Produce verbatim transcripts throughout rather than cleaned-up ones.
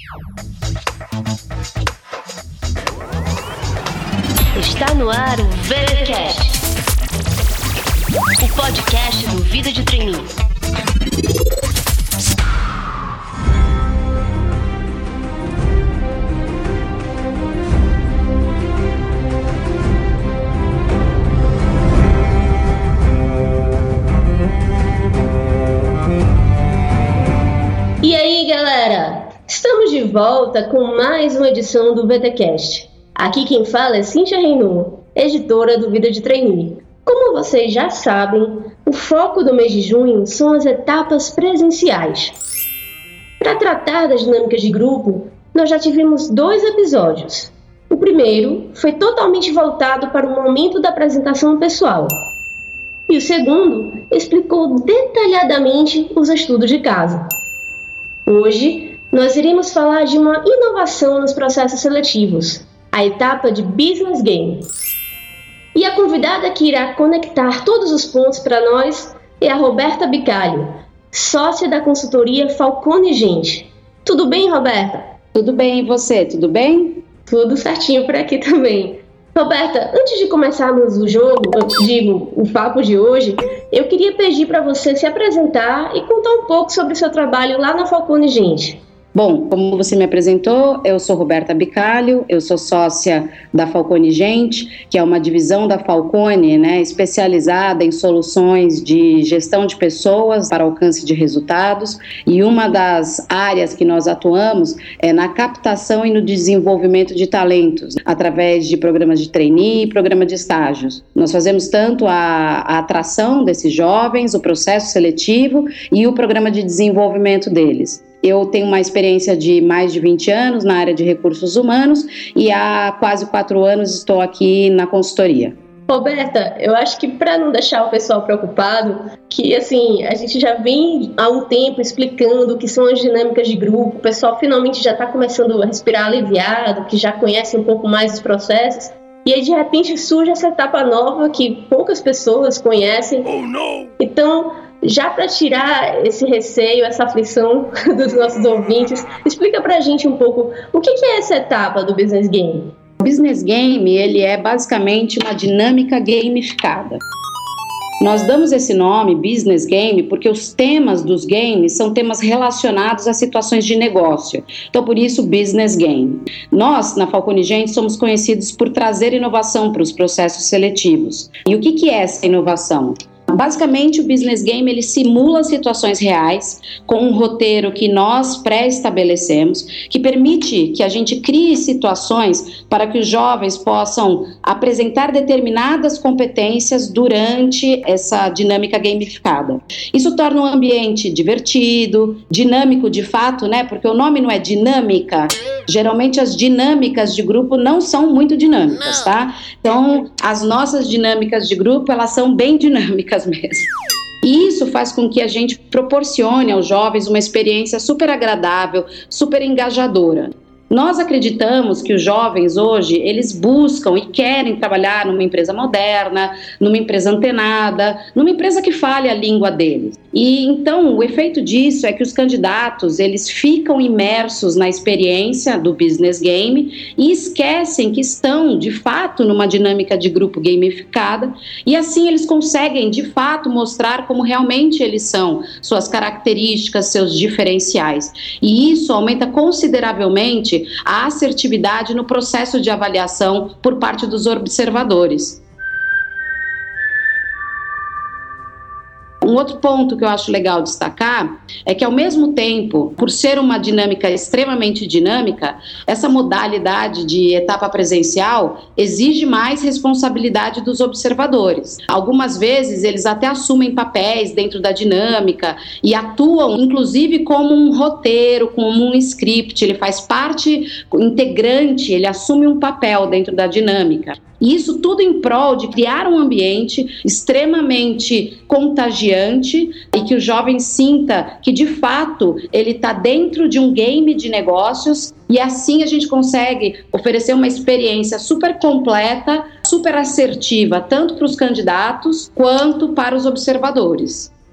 Está no ar o VTcast, o podcast do Vida de Trainee. E aí, galera? Estamos de volta com mais uma edição do VTcast. Aqui quem fala é Cíntia Renaud, editora do Vida de Trainee. Como vocês já sabem, o foco do mês de junho são as etapas presenciais. Para tratar das dinâmicas de grupo, nós já tivemos dois episódios. O primeiro foi totalmente voltado para o momento da apresentação pessoal. E o segundo explicou detalhadamente os estudos de casa. Hoje, nós iremos falar de uma inovação nos processos seletivos, a etapa de Business Game. E a convidada que irá conectar todos os pontos para nós é a Roberta Bicalho, sócia da consultoria Falcone Gente. Tudo bem, Roberta? Tudo bem, e você? Tudo bem? Tudo certinho por aqui também. Roberta, antes de começarmos o jogo, eu digo, o papo de hoje, eu queria pedir para você se apresentar e contar um pouco sobre o seu trabalho lá na Falcone Gente. Bom, como você me apresentou, eu sou Roberta Bicalho, eu sou sócia da Falcone Gente, que é uma divisão da Falcone, né, especializada em soluções de gestão de pessoas para alcance de resultados, e uma das áreas que nós atuamos é na captação e no desenvolvimento de talentos, através de programas de trainee e programa de estágios. Nós fazemos tanto a, a atração desses jovens, o processo seletivo e o programa de desenvolvimento deles. Eu tenho uma experiência de mais de vinte anos na área de recursos humanos e há quase quatro anos estou aqui na consultoria. Roberta, eu acho que para não deixar o pessoal preocupado, que assim, a gente já vem há um tempo explicando o que são as dinâmicas de grupo, o pessoal finalmente já está começando a respirar aliviado, que já conhece um pouco mais os processos, e aí de repente surge essa etapa nova que poucas pessoas conhecem. Oh, não! Então, já para tirar esse receio, essa aflição dos nossos ouvintes, explica pra gente um pouco o que é essa etapa do Business Game. O Business Game, ele é basicamente uma dinâmica gamificada. Nós damos esse nome, Business Game, porque os temas dos games são temas relacionados a situações de negócio. Então, por isso, Business Game. Nós, na Falcone Gente, somos conhecidos por trazer inovação para os processos seletivos. E o que que é essa inovação? Basicamente, o Business Game ele simula situações reais com um roteiro que nós pré-estabelecemos, que permite que a gente crie situações para que os jovens possam apresentar determinadas competências durante essa dinâmica gamificada. Isso torna o ambiente divertido, dinâmico de fato, né? Porque o nome não é dinâmica. Geralmente as dinâmicas de grupo não são muito dinâmicas, tá? Então, as nossas dinâmicas de grupo, elas são bem dinâmicas mesmo. E isso faz com que a gente proporcione aos jovens uma experiência super agradável, super engajadora. Nós acreditamos que os jovens hoje, eles buscam e querem trabalhar numa empresa moderna, numa empresa antenada, numa empresa que fale a língua deles. E então o efeito disso é que os candidatos, eles ficam imersos na experiência do Business Game e esquecem que estão, de fato, numa dinâmica de grupo gamificada, e assim eles conseguem, de fato, mostrar como realmente eles são, suas características, seus diferenciais. E isso aumenta consideravelmente a assertividade no processo de avaliação por parte dos observadores. Um outro ponto que eu acho legal destacar é que, ao mesmo tempo, por ser uma dinâmica extremamente dinâmica, essa modalidade de etapa presencial exige mais responsabilidade dos observadores. Algumas vezes, eles até assumem papéis dentro da dinâmica e atuam, inclusive, como um roteiro, como um script. Ele faz parte integrante, ele assume um papel dentro da dinâmica. E isso tudo em prol de criar um ambiente extremamente contagiante e que o jovem sinta que, de fato, ele está dentro de um game de negócios, e assim a gente consegue oferecer uma experiência super completa, super assertiva, tanto para os candidatos quanto para os observadores.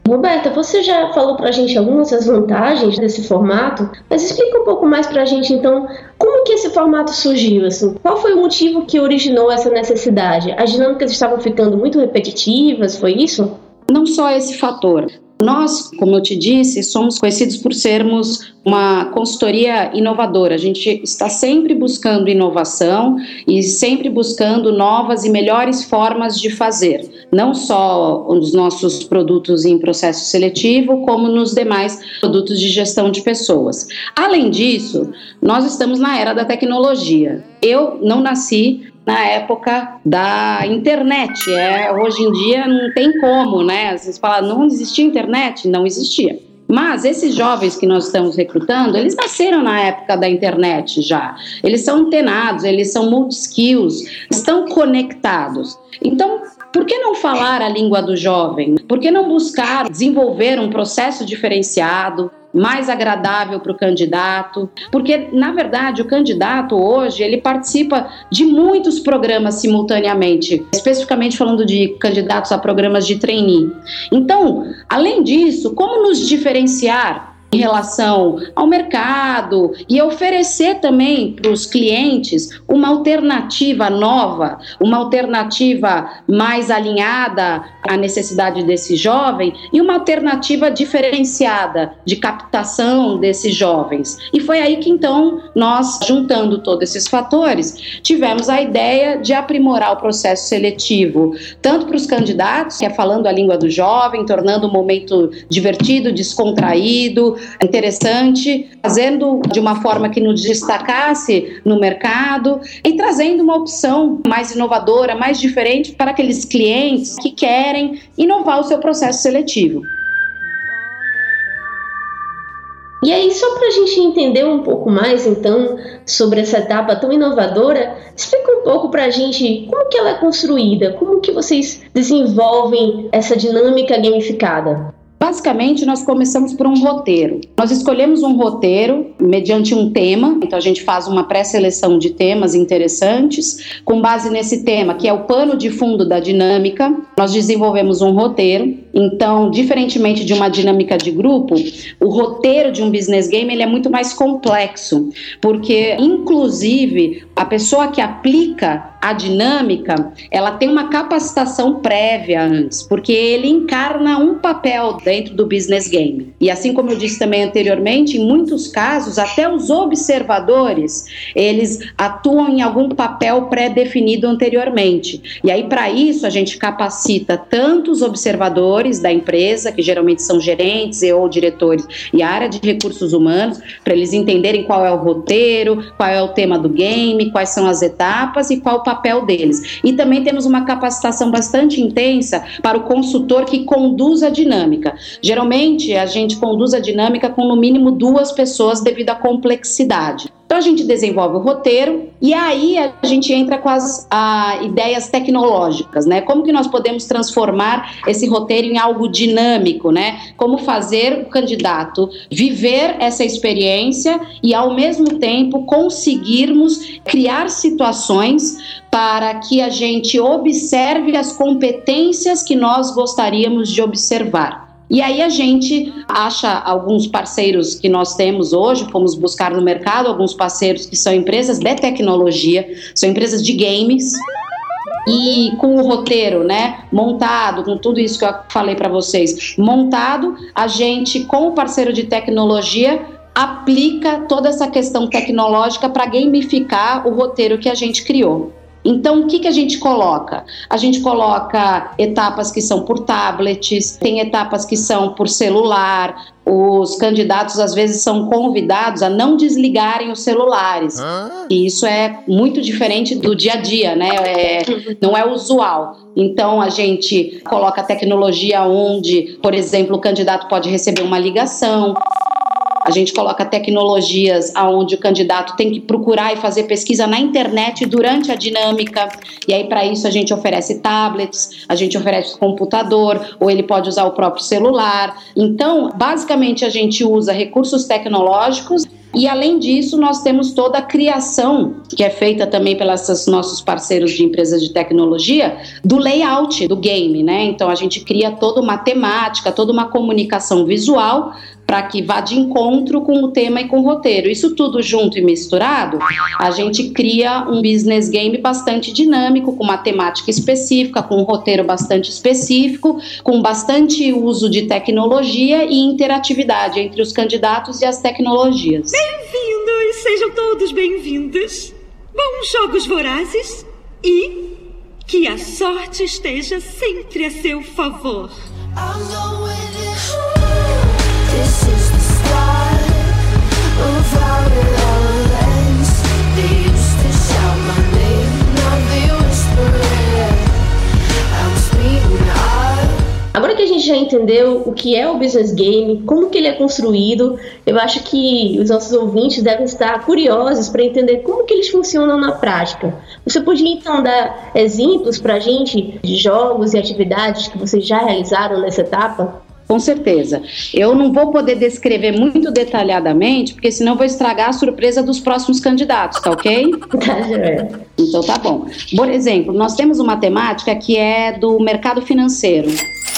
Roberta, você já falou pra gente algumas das vantagens desse formato, mas explica um pouco mais pra gente, então, como que esse formato surgiu, assim? Qual foi o motivo que originou essa necessidade? As dinâmicas estavam ficando muito repetitivas, foi isso? Não só esse fator. Nós, como eu te disse, somos conhecidos por sermos uma consultoria inovadora. A gente está sempre buscando inovação e sempre buscando novas e melhores formas de fazer, não só os nossos produtos em processo seletivo, como nos demais produtos de gestão de pessoas. Além disso, nós estamos na era da tecnologia. Eu não nasci na época da internet. É, hoje em dia não tem como, né? Vocês falam, não existia internet? Não existia. Mas esses jovens que nós estamos recrutando, eles nasceram na época da internet já. Eles são antenados, eles são multi-skills, estão conectados. Então, por que não falar a língua do jovem? Por que não buscar desenvolver um processo diferenciado, mais agradável para o candidato? Porque, na verdade, o candidato hoje, ele participa de muitos programas simultaneamente, especificamente falando de candidatos a programas de trainee. Então, além disso, como nos diferenciar em relação ao mercado e oferecer também para os clientes uma alternativa nova, uma alternativa mais alinhada à necessidade desse jovem e uma alternativa diferenciada de captação desses jovens. E foi aí que então nós, juntando todos esses fatores, tivemos a ideia de aprimorar o processo seletivo, tanto para os candidatos, que é falando a língua do jovem, tornando o momento divertido, descontraído, interessante, fazendo de uma forma que nos destacasse no mercado e trazendo uma opção mais inovadora, mais diferente para aqueles clientes que querem inovar o seu processo seletivo. E aí, só para a gente entender um pouco mais, então, sobre essa etapa tão inovadora, explica um pouco para a gente como que ela é construída, como que vocês desenvolvem essa dinâmica gamificada. Basicamente, nós começamos por um roteiro. Nós escolhemos um roteiro mediante um tema, então a gente faz uma pré-seleção de temas interessantes. Com base nesse tema, que é o pano de fundo da dinâmica, nós desenvolvemos um roteiro. Então, diferentemente de uma dinâmica de grupo, o roteiro de um business game ele é muito mais complexo, porque, inclusive, a pessoa que aplica a dinâmica, ela tem uma capacitação prévia antes, porque ele encarna um papel dentro do business game. E assim como eu disse também anteriormente, em muitos casos, até os observadores, eles atuam em algum papel pré-definido anteriormente. E aí, para isso, a gente capacita tanto os observadores da empresa, que geralmente são gerentes e ou diretores, e a área de recursos humanos, para eles entenderem qual é o roteiro, qual é o tema do game, quais são as etapas e qual o papel deles. E também temos uma capacitação bastante intensa para o consultor que conduz a dinâmica. Geralmente, a gente conduz a dinâmica com no mínimo duas pessoas devido à complexidade. Então, a gente desenvolve o roteiro e aí a gente entra com as a, ideias tecnológicas, né? Como que nós podemos transformar esse roteiro em algo dinâmico, né? Como fazer o candidato viver essa experiência e, ao mesmo tempo, conseguirmos criar situações para que a gente observe as competências que nós gostaríamos de observar. E aí a gente acha alguns parceiros que nós temos hoje, fomos buscar no mercado alguns parceiros que são empresas de tecnologia, são empresas de games, e com o roteiro, né, montado, com tudo isso que eu falei para vocês, montado, a gente, com o parceiro de tecnologia, aplica toda essa questão tecnológica para gamificar o roteiro que a gente criou. Então, o que, que a gente coloca? A gente coloca etapas que são por tablets, tem etapas que são por celular. Os candidatos, às vezes, são convidados a não desligarem os celulares. Ah. E isso é muito diferente do dia a dia, né? É, não é usual. Então, a gente coloca a tecnologia onde, por exemplo, o candidato pode receber uma ligação. A gente coloca tecnologias onde o candidato tem que procurar e fazer pesquisa na internet durante a dinâmica, e aí para isso a gente oferece tablets, a gente oferece computador, ou ele pode usar o próprio celular. Então, basicamente a gente usa recursos tecnológicos. E além disso, nós temos toda a criação, que é feita também pelos nossos parceiros de empresas de tecnologia, do layout do game, né? Então a gente cria toda uma temática, toda uma comunicação visual para que vá de encontro com o tema e com o roteiro. Isso tudo junto e misturado, a gente cria um business game bastante dinâmico, com uma temática específica, com um roteiro bastante específico, com bastante uso de tecnologia e interatividade entre os candidatos e as tecnologias. Bem-vindos! Sejam todos bem-vindos! Bons jogos vorazes e que a sorte esteja sempre a seu favor. This is the start of how it all ends. They used to shout my name, now they whisper it. I'm speaking up. Agora que a gente já entendeu o que é o business game, como que ele é construído, eu acho que os nossos ouvintes devem estar curiosos para entender como que eles funcionam na prática. Você podia então dar exemplos para a gente de jogos e atividades que vocês já realizaram nessa etapa? Com certeza. Eu não vou poder descrever muito detalhadamente, porque senão vou estragar a surpresa dos próximos candidatos, tá ok? Tá, joia. Então tá bom. Por exemplo, nós temos uma temática que é do mercado financeiro.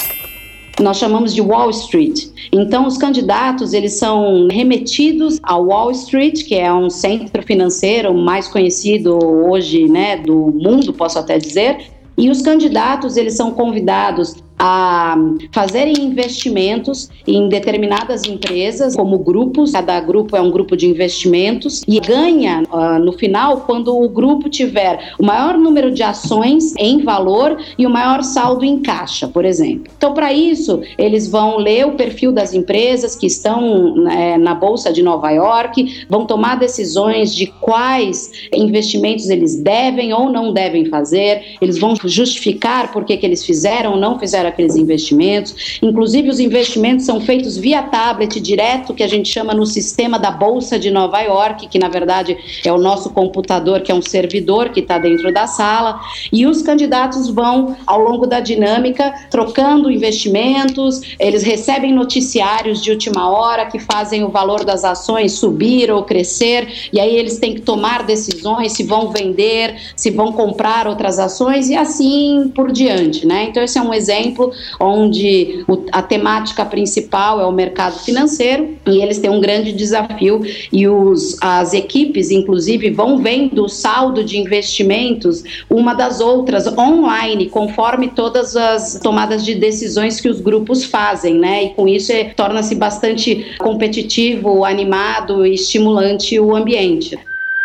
Nós chamamos de Wall Street. Então, os candidatos, eles são remetidos ao Wall Street, que é um centro financeiro mais conhecido hoje, né, do mundo, posso até dizer. E os candidatos, eles são convidados a fazerem investimentos em determinadas empresas, como grupos. Cada grupo é um grupo de investimentos e ganha uh, no final quando o grupo tiver o maior número de ações em valor e o maior saldo em caixa, por exemplo. Então, para isso, eles vão ler o perfil das empresas que estão é, na Bolsa de Nova York, vão tomar decisões de quais investimentos eles devem ou não devem fazer, eles vão justificar por que que eles fizeram ou não fizeram aqueles investimentos. Inclusive, os investimentos são feitos via tablet direto, que a gente chama no sistema da Bolsa de Nova York, que na verdade é o nosso computador, que é um servidor que está dentro da sala, e os candidatos vão, ao longo da dinâmica, trocando investimentos, eles recebem noticiários de última hora que fazem o valor das ações subir ou crescer, e aí eles têm que tomar decisões se vão vender, se vão comprar outras ações e assim por diante, né? Então esse é um exemplo onde o, a temática principal é o mercado financeiro e eles têm um grande desafio e os, as equipes, inclusive, vão vendo o saldo de investimentos uma das outras online, conforme todas as tomadas de decisões que os grupos fazem, né? E com isso é, torna-se bastante competitivo, animado e estimulante o ambiente.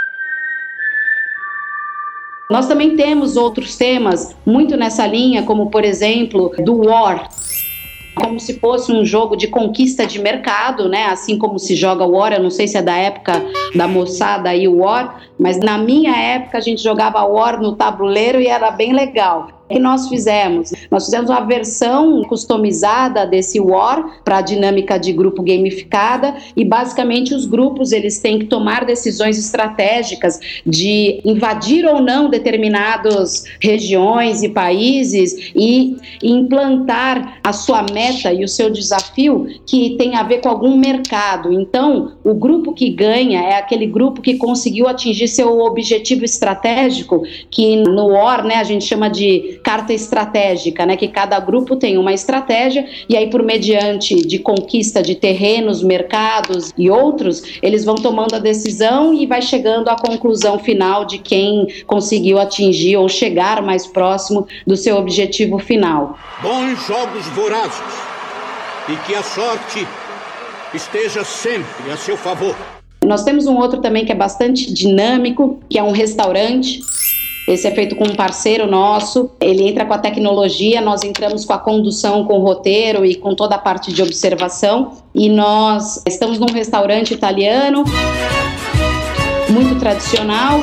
Nós também temos outros temas muito nessa linha, como por exemplo, do War, como se fosse um jogo de conquista de mercado, né? Assim como se joga War, eu não sei se é da época da moçada aí o War, mas na minha época a gente jogava War no tabuleiro e era bem legal. O que nós fizemos? Nós fizemos uma versão customizada desse War para a dinâmica de grupo gamificada e basicamente os grupos eles têm que tomar decisões estratégicas de invadir ou não determinadas regiões e países e implantar a sua meta e o seu desafio que tem a ver com algum mercado. Então, o grupo que ganha é aquele grupo que conseguiu atingir seu objetivo estratégico, que no War, né, a gente chama de carta estratégica, né, que cada grupo tem uma estratégia e aí por mediante de conquista de terrenos, mercados e outros, eles vão tomando a decisão e vai chegando à conclusão final de quem conseguiu atingir ou chegar mais próximo do seu objetivo final. Bons jogos vorazes e que a sorte esteja sempre a seu favor. Nós temos um outro também que é bastante dinâmico, que é um restaurante. Esse é feito com um parceiro nosso, ele entra com a tecnologia, nós entramos com a condução, com o roteiro e com toda a parte de observação. E nós estamos num restaurante italiano, muito tradicional,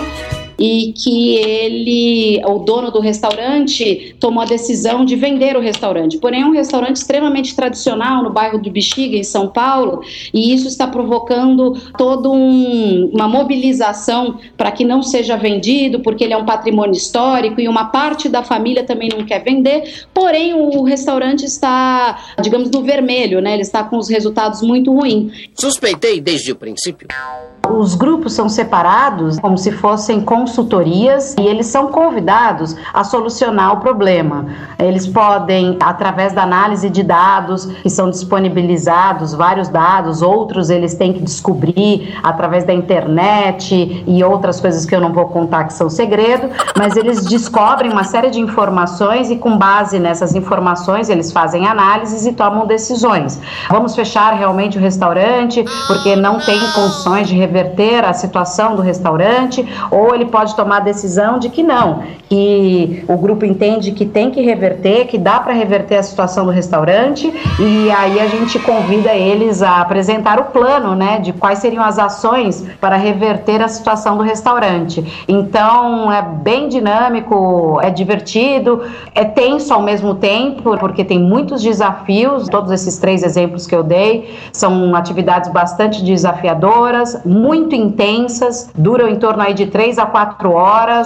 e que ele, o dono do restaurante, tomou a decisão de vender o restaurante. Porém, é um restaurante extremamente tradicional no bairro do Bexiga, em São Paulo, e isso está provocando toda um, uma mobilização para que não seja vendido, porque ele é um patrimônio histórico e uma parte da família também não quer vender. Porém, o restaurante está, digamos, no vermelho, né? Ele está com os resultados muito ruins. Suspeitei desde o princípio. Os grupos são separados como se fossem consultorias e eles são convidados a solucionar o problema. Eles podem, através da análise de dados que são disponibilizados, vários dados, outros eles têm que descobrir através da internet e outras coisas que eu não vou contar que são segredo, mas eles descobrem uma série de informações e com base nessas informações eles fazem análises e tomam decisões. Vamos fechar realmente o restaurante porque não tem condições de reverter a situação do restaurante, ou ele pode tomar a decisão de que não, que o grupo entende que tem que reverter, que dá para reverter a situação do restaurante, e aí a gente convida eles a apresentar o plano, né, de quais seriam as ações para reverter a situação do restaurante. Então é bem dinâmico, é divertido, é tenso ao mesmo tempo, porque tem muitos desafios. Todos esses três exemplos que eu dei são atividades bastante desafiadoras, muito intensas, duram em torno aí de três a quatro horas,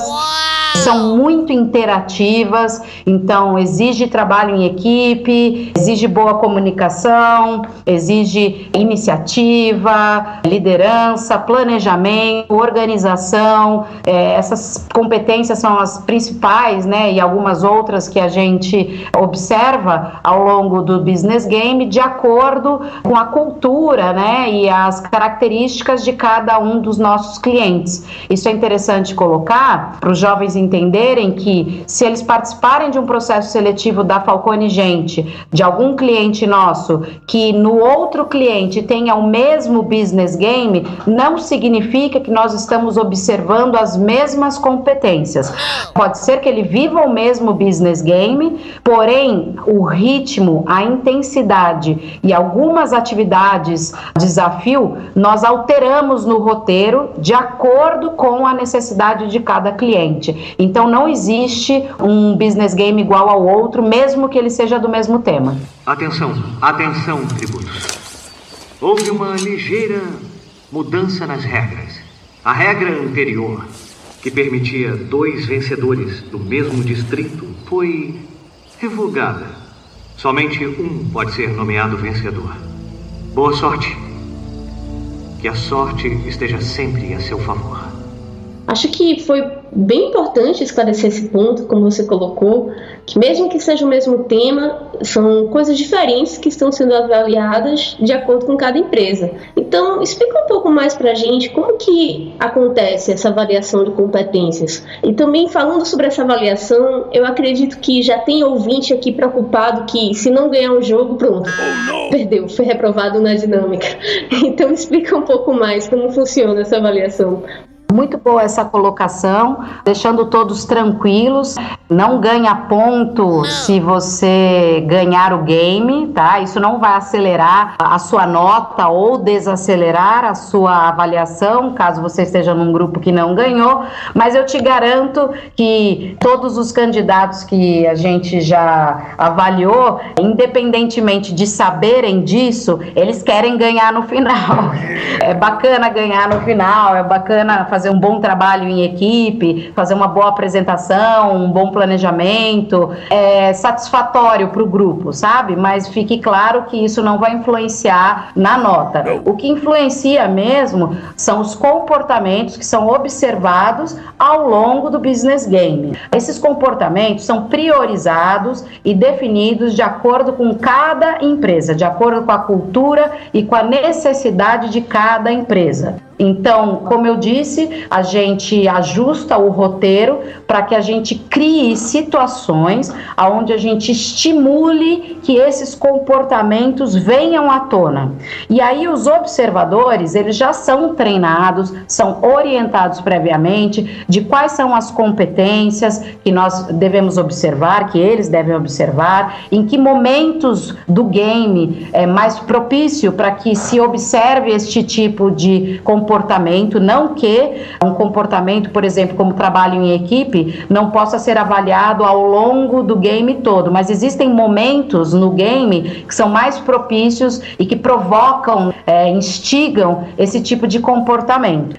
são muito interativas, então exige trabalho em equipe, exige boa comunicação, exige iniciativa, liderança, planejamento, organização. É, essas competências são as principais, né, e algumas outras que a gente observa ao longo do Business Game de acordo com a cultura, né, e as características de cada um dos nossos clientes. Isso é interessante colocar para os jovens entenderem que se eles participarem de um processo seletivo da Falcone Gente, de algum cliente nosso, que no outro cliente tenha o mesmo business game, não significa que nós estamos observando as mesmas competências. Pode ser que ele viva o mesmo business game, porém o ritmo, a intensidade e algumas atividades desafio, nós alteramos no roteiro de acordo com a necessidade de cada cliente. Então não existe um business game igual ao outro, mesmo que ele seja do mesmo tema. Atenção, atenção, tributos. Houve uma ligeira mudança nas regras. A regra anterior, que permitia dois vencedores do mesmo distrito, foi revogada. Somente um pode ser nomeado vencedor. Boa sorte. Que a sorte esteja sempre a seu favor. Acho que foi bem importante esclarecer esse ponto, como você colocou, que mesmo que seja o mesmo tema, são coisas diferentes que estão sendo avaliadas de acordo com cada empresa. Então, explica um pouco mais pra gente como que acontece essa avaliação de competências. E também, falando sobre essa avaliação, eu acredito que já tem ouvinte aqui preocupado que se não ganhar o jogo, pronto, oh, perdeu, foi reprovado na dinâmica. Então, explica um pouco mais como funciona essa avaliação. Muito boa essa colocação, deixando todos tranquilos. Não ganha ponto se você ganhar o game, tá? Isso não vai acelerar a sua nota ou desacelerar a sua avaliação, caso você esteja num grupo que não ganhou. Mas eu te garanto que todos os candidatos que a gente já avaliou, independentemente de saberem disso, eles querem ganhar no final. É bacana ganhar no final, é bacana fazer um bom trabalho em equipe, fazer uma boa apresentação, um bom planejamento, é satisfatório para o grupo, sabe? Mas fique claro que isso não vai influenciar na nota. O que influencia mesmo são os comportamentos que são observados ao longo do business game. Esses comportamentos são priorizados e definidos de acordo com cada empresa, de acordo com a cultura e com a necessidade de cada empresa. Então, como eu disse, a gente ajusta o roteiro para que a gente crie situações onde a gente estimule que esses comportamentos venham à tona. E aí os observadores, eles já são treinados, são orientados previamente de quais são as competências que nós devemos observar, que eles devem observar, em que momentos do game é mais propício para que se observe este tipo de comportamento comportamento, não que um comportamento, por exemplo, como trabalho em equipe, não possa ser avaliado ao longo do game todo, mas existem momentos no game que são mais propícios e que provocam, é, instigam esse tipo de comportamento.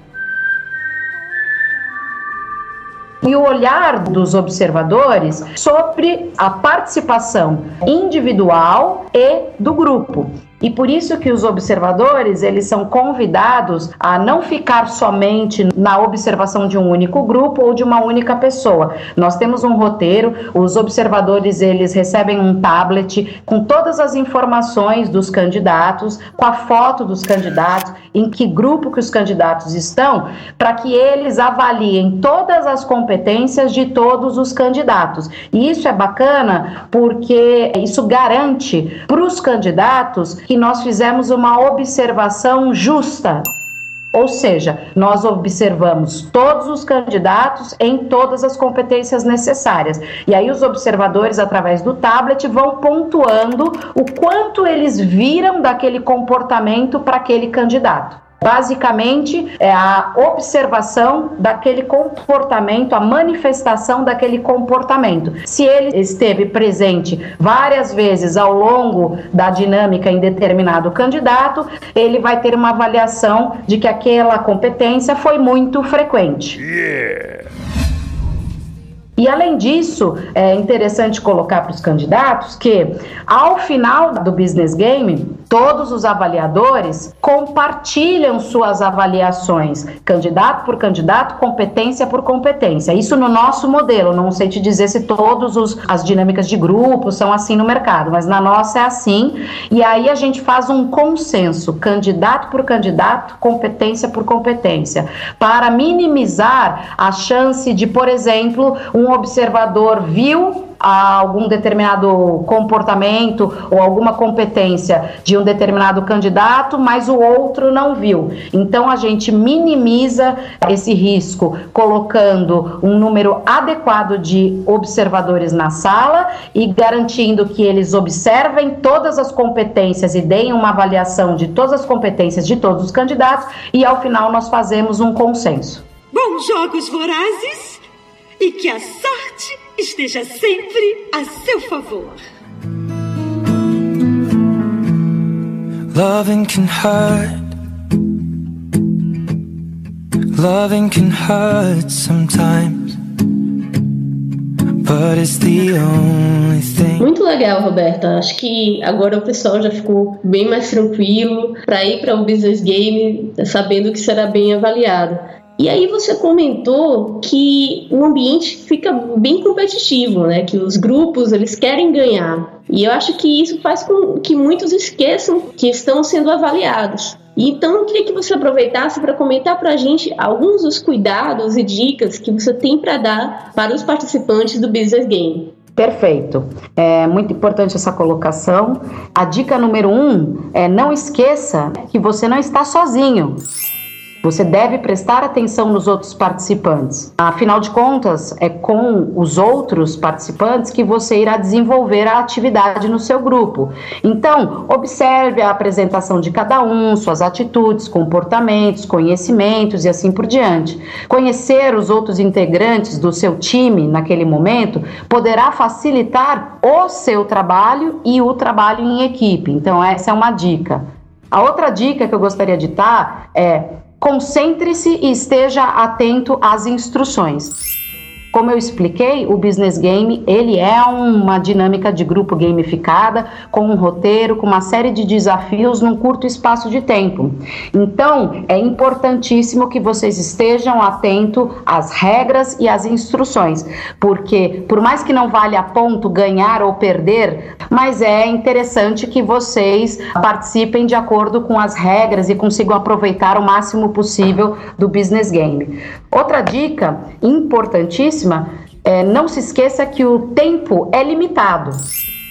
E o olhar dos observadores sobre a participação individual e do grupo. E por isso que os observadores, eles são convidados a não ficar somente na observação de um único grupo ou de uma única pessoa. Nós temos um roteiro, os observadores, eles recebem um tablet com todas as informações dos candidatos, com a foto dos candidatos, em que grupo que os candidatos estão, para que eles avaliem todas as competências de todos os candidatos. E isso é bacana porque isso garante para os candidatos que nós fizemos uma observação justa. Ou seja, nós observamos todos os candidatos em todas as competências necessárias. E aí os observadores, através do tablet, vão pontuando o quanto eles viram daquele comportamento para aquele candidato. Basicamente, é a observação daquele comportamento, a manifestação daquele comportamento. Se ele esteve presente várias vezes ao longo da dinâmica em determinado candidato, ele vai ter uma avaliação de que aquela competência foi muito frequente. Yeah. E além disso, é interessante colocar para os candidatos que, ao final do business game, todos os avaliadores compartilham suas avaliações, candidato por candidato, competência por competência. Isso no nosso modelo, não sei te dizer se todas as dinâmicas de grupo são assim no mercado, mas na nossa é assim. E aí a gente faz um consenso, candidato por candidato, competência por competência, para minimizar a chance de, por exemplo, um observador viu algum determinado comportamento ou alguma competência de um determinado candidato, mas o outro não viu. Então a gente minimiza esse risco colocando um número adequado de observadores na sala e garantindo que eles observem todas as competências e deem uma avaliação de todas as competências de todos os candidatos e ao final nós fazemos um consenso. Bons jogos vorazes! E que a sorte esteja sempre a seu favor. Loving can hurt. Loving can hurt sometimes. But it's the only thing. Muito legal, Roberta. Acho que agora o pessoal já ficou bem mais tranquilo para ir para o business game, sabendo que será bem avaliado. E aí você comentou que o ambiente fica bem competitivo, né? Que os grupos, eles querem ganhar. E eu acho que isso faz com que muitos esqueçam que estão sendo avaliados. Então eu queria que você aproveitasse para comentar para a gente alguns dos cuidados e dicas que você tem para dar para os participantes do Business Game. Perfeito. É muito importante essa colocação. A dica número um é não esqueça que você não está sozinho. Você deve prestar atenção nos outros participantes. Afinal de contas, é com os outros participantes que você irá desenvolver a atividade no seu grupo. Então, observe a apresentação de cada um, suas atitudes, comportamentos, conhecimentos e assim por diante. Conhecer os outros integrantes do seu time naquele momento poderá facilitar o seu trabalho e o trabalho em equipe. Então, essa é uma dica. A outra dica que eu gostaria de dar é: concentre-se e esteja atento às instruções. Como eu expliquei, o Business Game, ele é uma dinâmica de grupo gamificada, com um roteiro, com uma série de desafios num curto espaço de tempo. Então, é importantíssimo que vocês estejam atentos às regras e às instruções, porque por mais que não valha a ponto ganhar ou perder, mas é interessante que vocês participem de acordo com as regras e consigam aproveitar o máximo possível do Business Game. Outra dica importantíssima é: não se esqueça que o tempo é limitado.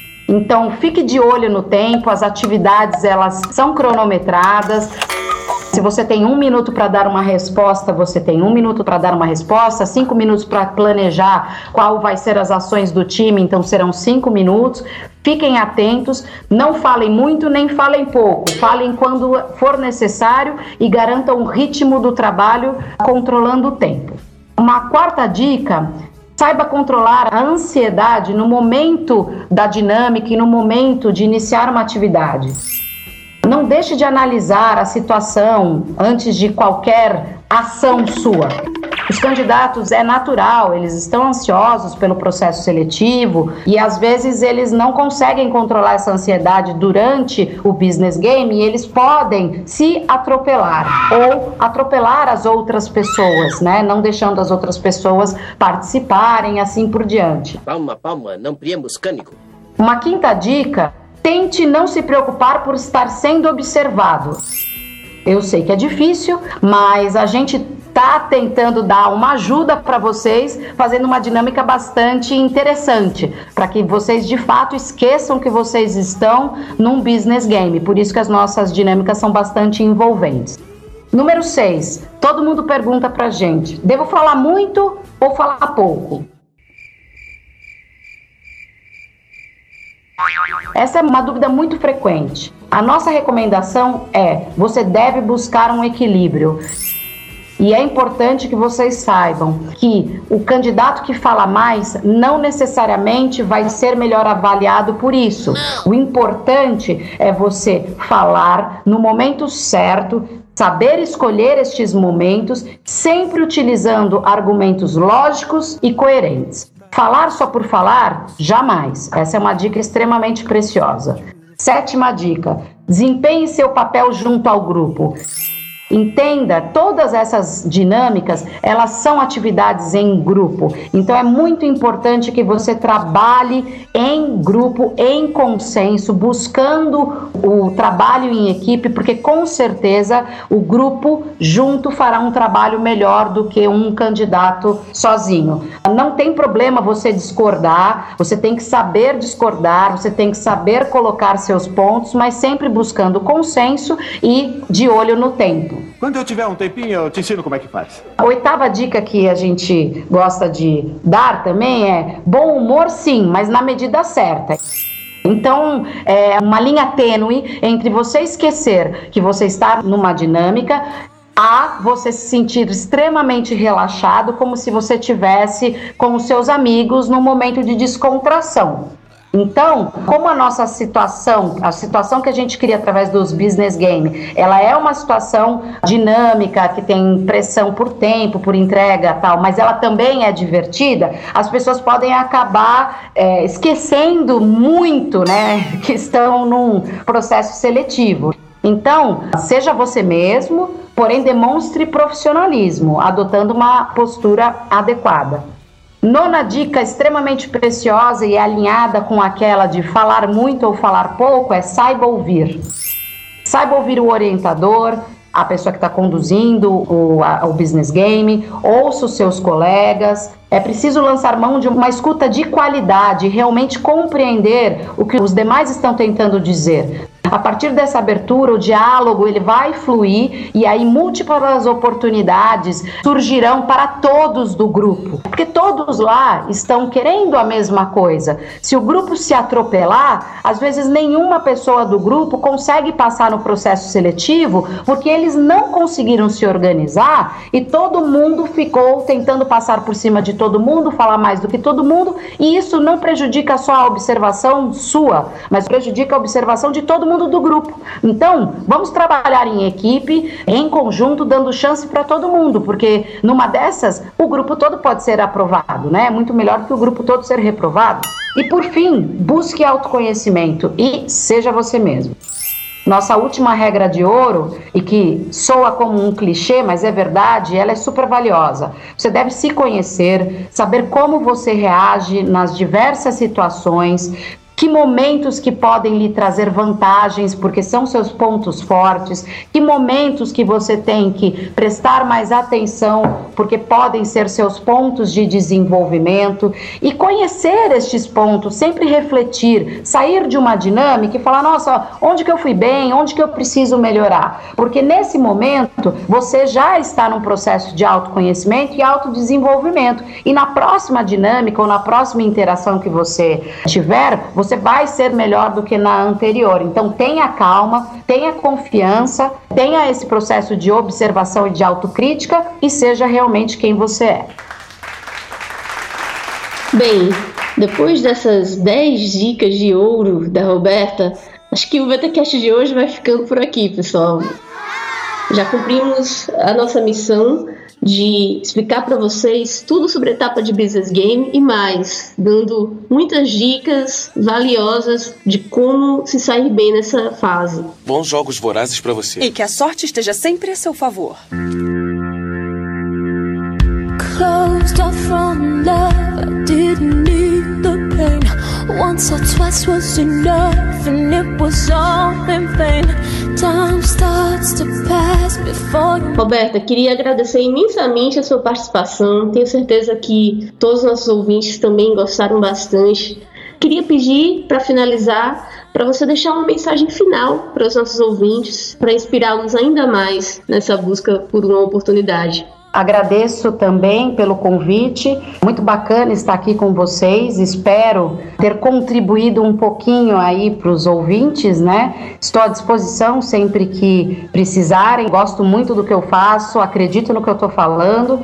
Então, fique de olho no tempo, as atividades elas são cronometradas. Se você tem um minuto para dar uma resposta, você tem um minuto para dar uma resposta, cinco minutos para planejar qual vai ser as ações do time, então serão cinco minutos. Fiquem atentos, não falem muito nem falem pouco, falem quando for necessário e garantam o ritmo do trabalho controlando o tempo. Uma quarta dica: saiba controlar a ansiedade no momento da dinâmica e no momento de iniciar uma atividade. Não deixe de analisar a situação antes de qualquer ação sua. Os candidatos, é natural, eles estão ansiosos pelo processo seletivo e às vezes eles não conseguem controlar essa ansiedade durante o business game e eles podem se atropelar ou atropelar as outras pessoas, né? Não deixando as outras pessoas participarem, assim por diante. Palma, palma, não priemos cânico. Uma quinta dica: tente não se preocupar por estar sendo observado. Eu sei que é difícil, mas a gente está tentando dar uma ajuda para vocês, fazendo uma dinâmica bastante interessante, para que vocês de fato esqueçam que vocês estão num business game. Por isso que as nossas dinâmicas são bastante envolventes. Número seis, todo mundo pergunta pra gente: devo falar muito ou falar pouco? Essa é uma dúvida muito frequente. A nossa recomendação é: você deve buscar um equilíbrio. E é importante que vocês saibam que o candidato que fala mais não necessariamente vai ser melhor avaliado por isso. O importante é você falar no momento certo, saber escolher estes momentos, sempre utilizando argumentos lógicos e coerentes. Falar só por falar, jamais. Essa é uma dica extremamente preciosa. Sétima dica: desempenhe seu papel junto ao grupo. Entenda, todas essas dinâmicas, elas são atividades em grupo. Então é muito importante que você trabalhe em grupo, em consenso, buscando o trabalho em equipe, porque com certeza o grupo junto fará um trabalho melhor do que um candidato sozinho. Não tem problema você discordar, você tem que saber discordar, você tem que saber colocar seus pontos, mas sempre buscando consenso e de olho no tempo. Quando eu tiver um tempinho, eu te ensino como é que faz. A oitava dica que a gente gosta de dar também é: bom humor sim, mas na medida certa. Então, é uma linha tênue entre você esquecer que você está numa dinâmica a você se sentir extremamente relaxado, como se você estivesse com os seus amigos num momento de descontração. Então, como a nossa situação, a situação que a gente cria através dos business game, ela é uma situação dinâmica, que tem pressão por tempo, por entrega e tal, mas ela também é divertida, as pessoas podem acabar é, esquecendo muito, né, que estão num processo seletivo. Então, seja você mesmo, porém demonstre profissionalismo, adotando uma postura adequada. Nona dica extremamente preciosa e alinhada com aquela de falar muito ou falar pouco é: saiba ouvir. Saiba ouvir o orientador, a pessoa que está conduzindo o, a, o business game, ouça os seus colegas. É preciso lançar mão de uma escuta de qualidade, realmente compreender o que os demais estão tentando dizer. A partir dessa abertura, o diálogo ele vai fluir e aí múltiplas oportunidades surgirão para todos do grupo, porque todos lá estão querendo a mesma coisa. Se o grupo se atropelar, às vezes nenhuma pessoa do grupo consegue passar no processo seletivo porque eles não conseguiram se organizar e todo mundo ficou tentando passar por cima de todo mundo, falar mais do que todo mundo, e isso não prejudica só a observação sua, mas prejudica a observação de todo mundo do grupo. Então, vamos trabalhar em equipe, em conjunto, dando chance para todo mundo, porque numa dessas, o grupo todo pode ser aprovado, né? É muito melhor que o grupo todo ser reprovado. E por fim, busque autoconhecimento e seja você mesmo. Nossa última regra de ouro, e que soa como um clichê, mas é verdade, ela é super valiosa. Você deve se conhecer, saber como você reage nas diversas situações, que que momentos que podem lhe trazer vantagens, porque são seus pontos fortes, que momentos que você tem que prestar mais atenção, porque podem ser seus pontos de desenvolvimento, e conhecer estes pontos, sempre refletir, sair de uma dinâmica e falar, nossa, onde que eu fui bem, onde que eu preciso melhorar, porque nesse momento você já está num processo de autoconhecimento e autodesenvolvimento, e na próxima dinâmica ou na próxima interação que você tiver, você vai ser melhor do que na anterior. Então tenha calma, tenha confiança, tenha esse processo de observação e de autocrítica e seja realmente quem você é. Bem, depois dessas dez dicas de ouro da Roberta, acho que o VTcast de hoje vai ficando por aqui, pessoal. Já cumprimos a nossa missão de explicar para vocês tudo sobre a etapa de Business Game e mais, dando muitas dicas valiosas de como se sair bem nessa fase. Bons jogos vorazes para você. E que a sorte esteja sempre a seu favor. Closed off from love, I didn't need the pain. Once or twice was enough, and it was all in vain. Time starts to pass before you... Roberta, queria agradecer imensamente a sua participação. Tenho certeza que todos os nossos ouvintes também gostaram bastante. Queria pedir, para finalizar, para você deixar uma mensagem final para os nossos ouvintes, para inspirá-los ainda mais nessa busca por uma oportunidade. Agradeço também pelo convite, muito bacana estar aqui com vocês, espero ter contribuído um pouquinho aí para os ouvintes, né? Estou à disposição sempre que precisarem, gosto muito do que eu faço, acredito no que eu estou falando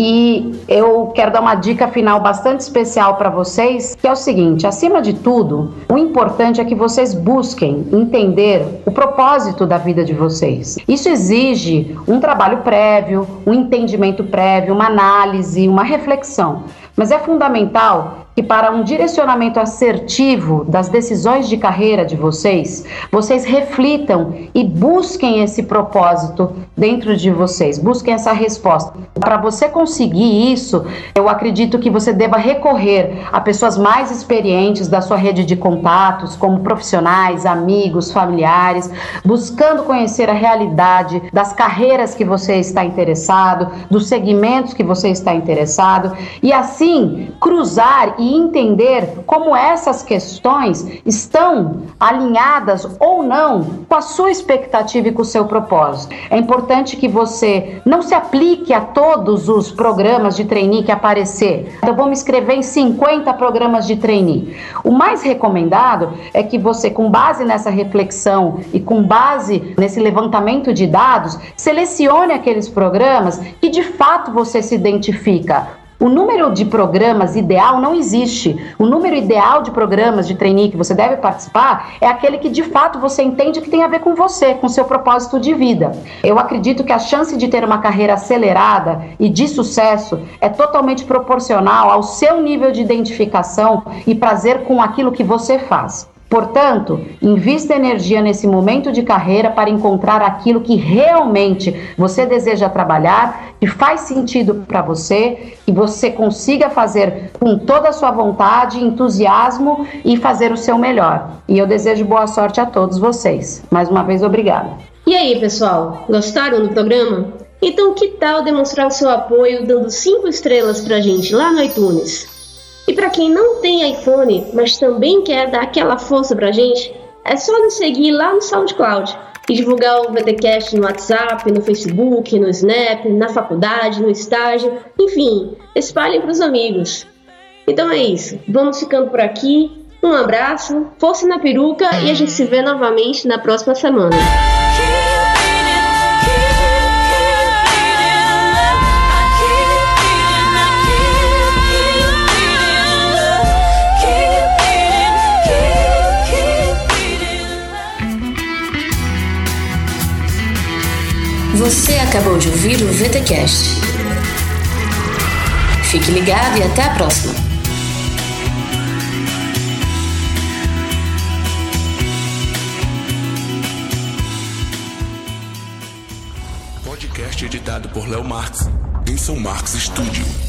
e eu quero dar uma dica final bastante especial para vocês, que é o seguinte, acima de tudo, o importante é que vocês busquem entender o propósito da vida de vocês. Isso exige um trabalho prévio, um entendimento prévio, uma análise, uma reflexão. Mas é fundamental que para um direcionamento assertivo das decisões de carreira de vocês, vocês reflitam e busquem esse propósito dentro de vocês, busquem essa resposta. Para você conseguir isso, eu acredito que você deva recorrer a pessoas mais experientes da sua rede de contatos, como profissionais, amigos, familiares, buscando conhecer a realidade das carreiras que você está interessado, dos segmentos que você está interessado, e assim cruzar e entender como essas questões estão alinhadas ou não com a sua expectativa e com o seu propósito. É importante que você não se aplique a todos os programas de trainee que aparecer. Eu vou me inscrever em cinquenta programas de trainee. O mais recomendado é que você, com base nessa reflexão e com base nesse levantamento de dados, selecione aqueles programas que de fato você se identifica. O número de programas ideal não existe. O número ideal de programas de trainee que você deve participar é aquele que de fato você entende que tem a ver com você, com seu propósito de vida. Eu acredito que a chance de ter uma carreira acelerada e de sucesso é totalmente proporcional ao seu nível de identificação e prazer com aquilo que você faz. Portanto, invista energia nesse momento de carreira para encontrar aquilo que realmente você deseja trabalhar, que faz sentido para você, que você consiga fazer com toda a sua vontade, entusiasmo e fazer o seu melhor. E eu desejo boa sorte a todos vocês. Mais uma vez, obrigada. E aí, pessoal, gostaram do programa? Então, que tal demonstrar o seu apoio dando cinco estrelas pra gente lá no iTunes? E para quem não tem iPhone, mas também quer dar aquela força pra gente, é só nos seguir lá no SoundCloud e divulgar o VTcast no WhatsApp, no Facebook, no Snap, na faculdade, no estágio, enfim, espalhem para os amigos. Então é isso, vamos ficando por aqui, um abraço, força na peruca e a gente se vê novamente na próxima semana. Você acabou de ouvir o VTcast. Fique ligado e até a próxima. Podcast editado por Léo Marx, em São Marx Studio.